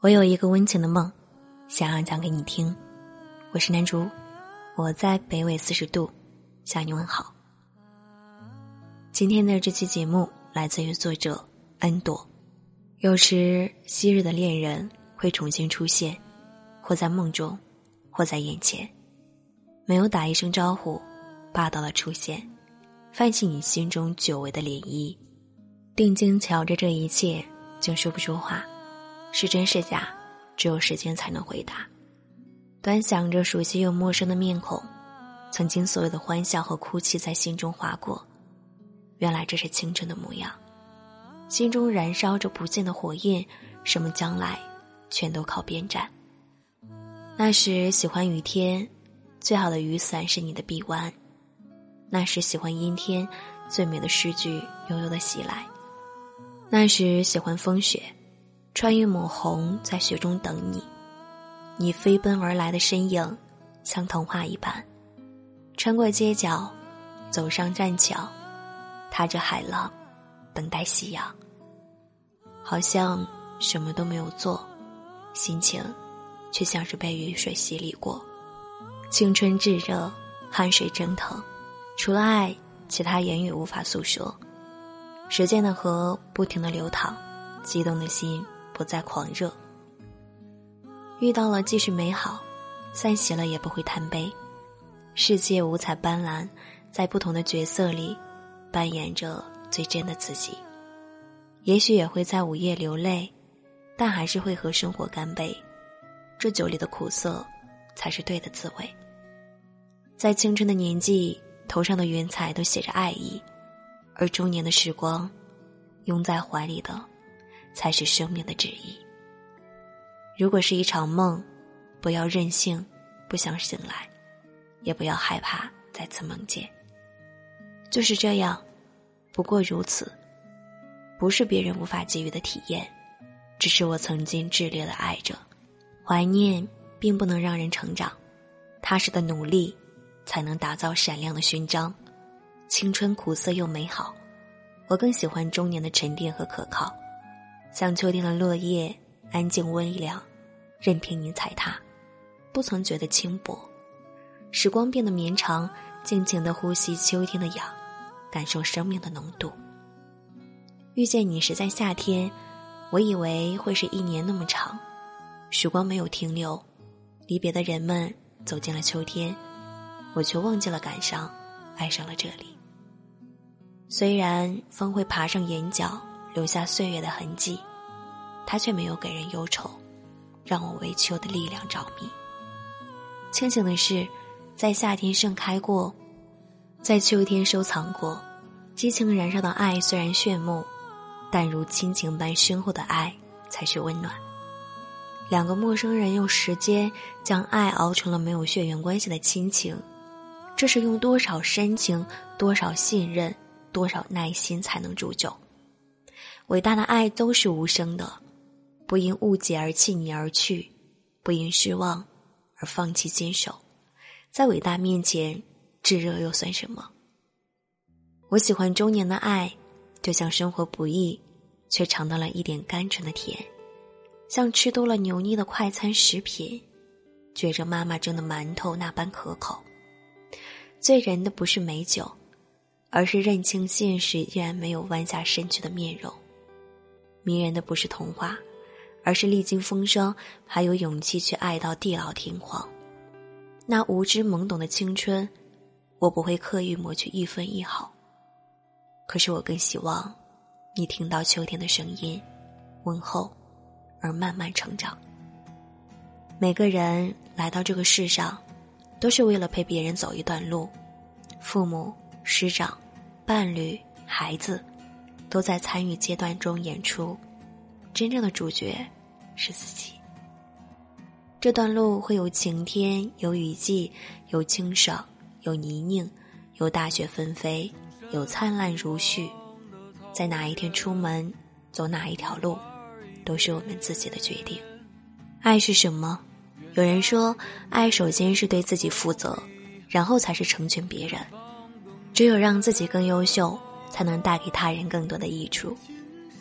我有一个温情的梦，想要讲给你听。我是南竹，我在北纬40度向你问好。今天的这期节目来自于作者恩朵。有时昔日的恋人会重新出现，或在梦中，或在眼前，没有打一声招呼，霸道的出现，泛起你心中久违的涟漪。定睛瞧着这一切，竟说不出话，是真是假，只有时间才能回答。端详着熟悉又陌生的面孔，曾经所有的欢笑和哭泣在心中划过，原来这是青春的模样。心中燃烧着不尽的火焰，什么将来全都靠边站。那时喜欢雨天，最好的雨伞是你的臂弯。那时喜欢阴天，最美的诗句悠悠地袭来。那时喜欢风雪，穿越抹红，在雪中等你。你飞奔而来的身影，像童话一般，穿过街角，走上栈桥，踏着海浪，等待夕阳。好像什么都没有做，心情却像是被雨水洗礼过。青春炙热，汗水蒸腾，除了爱，其他言语无法诉说。时间的河不停地流淌，激动的心不再狂热。遇到了既是美好，散席了也不会贪杯。世界五彩斑斓，在不同的角色里扮演着最真的自己。也许也会在午夜流泪，但还是会和生活干杯。这酒里的苦涩才是对的滋味。在青春的年纪，头上的云彩都写着爱意，而中年的时光，拥在怀里的才是生命的旨意。如果是一场梦，不要任性，不想醒来，也不要害怕再次梦见。就是这样，不过如此，不是别人无法给予的体验，只是我曾经炽烈的爱着。怀念并不能让人成长，踏实的努力才能打造闪亮的勋章。青春苦涩又美好，我更喜欢中年的沉淀和可靠，像秋天的落叶，安静温凉，任凭你踩踏，不曾觉得轻薄。时光变得绵长，尽情地呼吸秋天的氧，感受生命的浓度。遇见你时在夏天，我以为会是1年那么长。时光没有停留，离别的人们走进了秋天，我却忘记了感伤，爱上了这里。虽然风会爬上眼角，留下岁月的痕迹，它却没有给人忧愁，让我为秋的力量着迷。庆幸的是，在夏天盛开过，在秋天收藏过。激情燃烧的爱虽然炫目，但如亲情般深厚的爱才是温暖。2个陌生人用时间将爱熬成了没有血缘关系的亲情，这是用多少深情，多少信任，多少耐心才能铸就。伟大的爱都是无声的，不因误解而弃你而去，不因失望而放弃坚守。在伟大面前，炙热又算什么？我喜欢中年的爱，就像生活不易，却尝到了一点甘醇的甜，像吃多了油腻的快餐食品，觉着妈妈蒸的馒头那般可口。醉人的不是美酒，而是认清现实依然没有弯下身躯的面容。迷人的不是童话，而是历经风霜，还有勇气去爱到地老天荒。那无知懵懂的青春，我不会刻意抹去1分1毫。可是我更希望你听到秋天的声音，温厚而慢慢成长。每个人来到这个世上，都是为了陪别人走一段路。父母、师长、伴侣、孩子，都在参与阶段中演出，真正的主角是自己。这段路会有晴天，有雨季，有清爽，有泥泞，有大雪纷飞，有灿烂如絮。在哪一天出门，走哪一条路，都是我们自己的决定。爱是什么？有人说，爱首先是对自己负责，然后才是成全别人。只有让自己更优秀，才能带给他人更多的益处。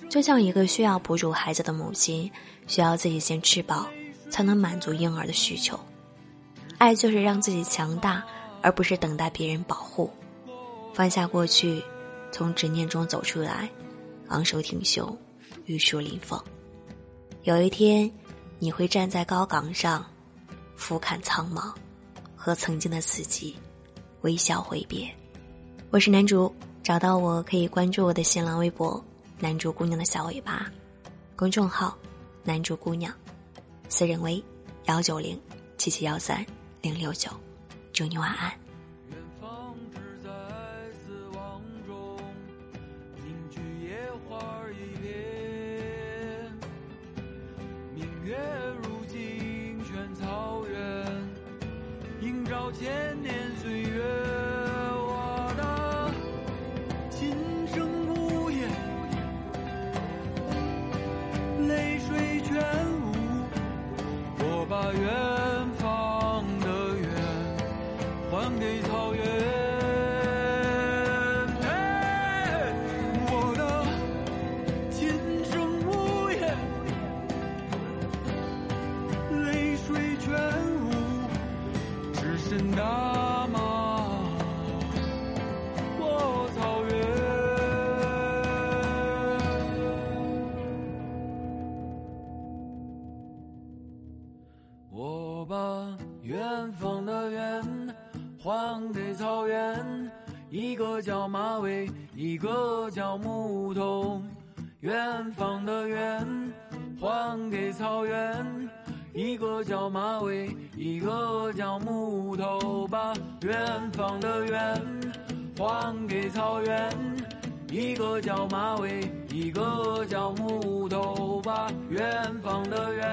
就像一个需要哺乳孩子的母亲，需要自己先吃饱，才能满足婴儿的需求。爱就是让自己强大，而不是等待别人保护。放下过去，从执念中走出来，昂首挺胸，玉树临风。有一天，你会站在高岗上，俯瞰苍茫，和曾经的自己微笑挥别。我是南竹，找到我可以关注我的新浪微博南竹姑娘的小尾巴，公众号南竹姑娘，私人微19077130690，祝你晚安。 远方只在死亡中凝聚野花一片，明月如金泉草原，映照千年岁月。我的琴声无言，泪水全无，我把远方的远还给草原。我的琴声无言，泪水全无，只剩大马我草原。我把远方的远还给草原，一个叫马尾，一个叫牧童。远方的远还给草原，一个叫马尾，一个叫木头。把远方的远还给草原，一个叫马尾，一个叫木头。把远方的远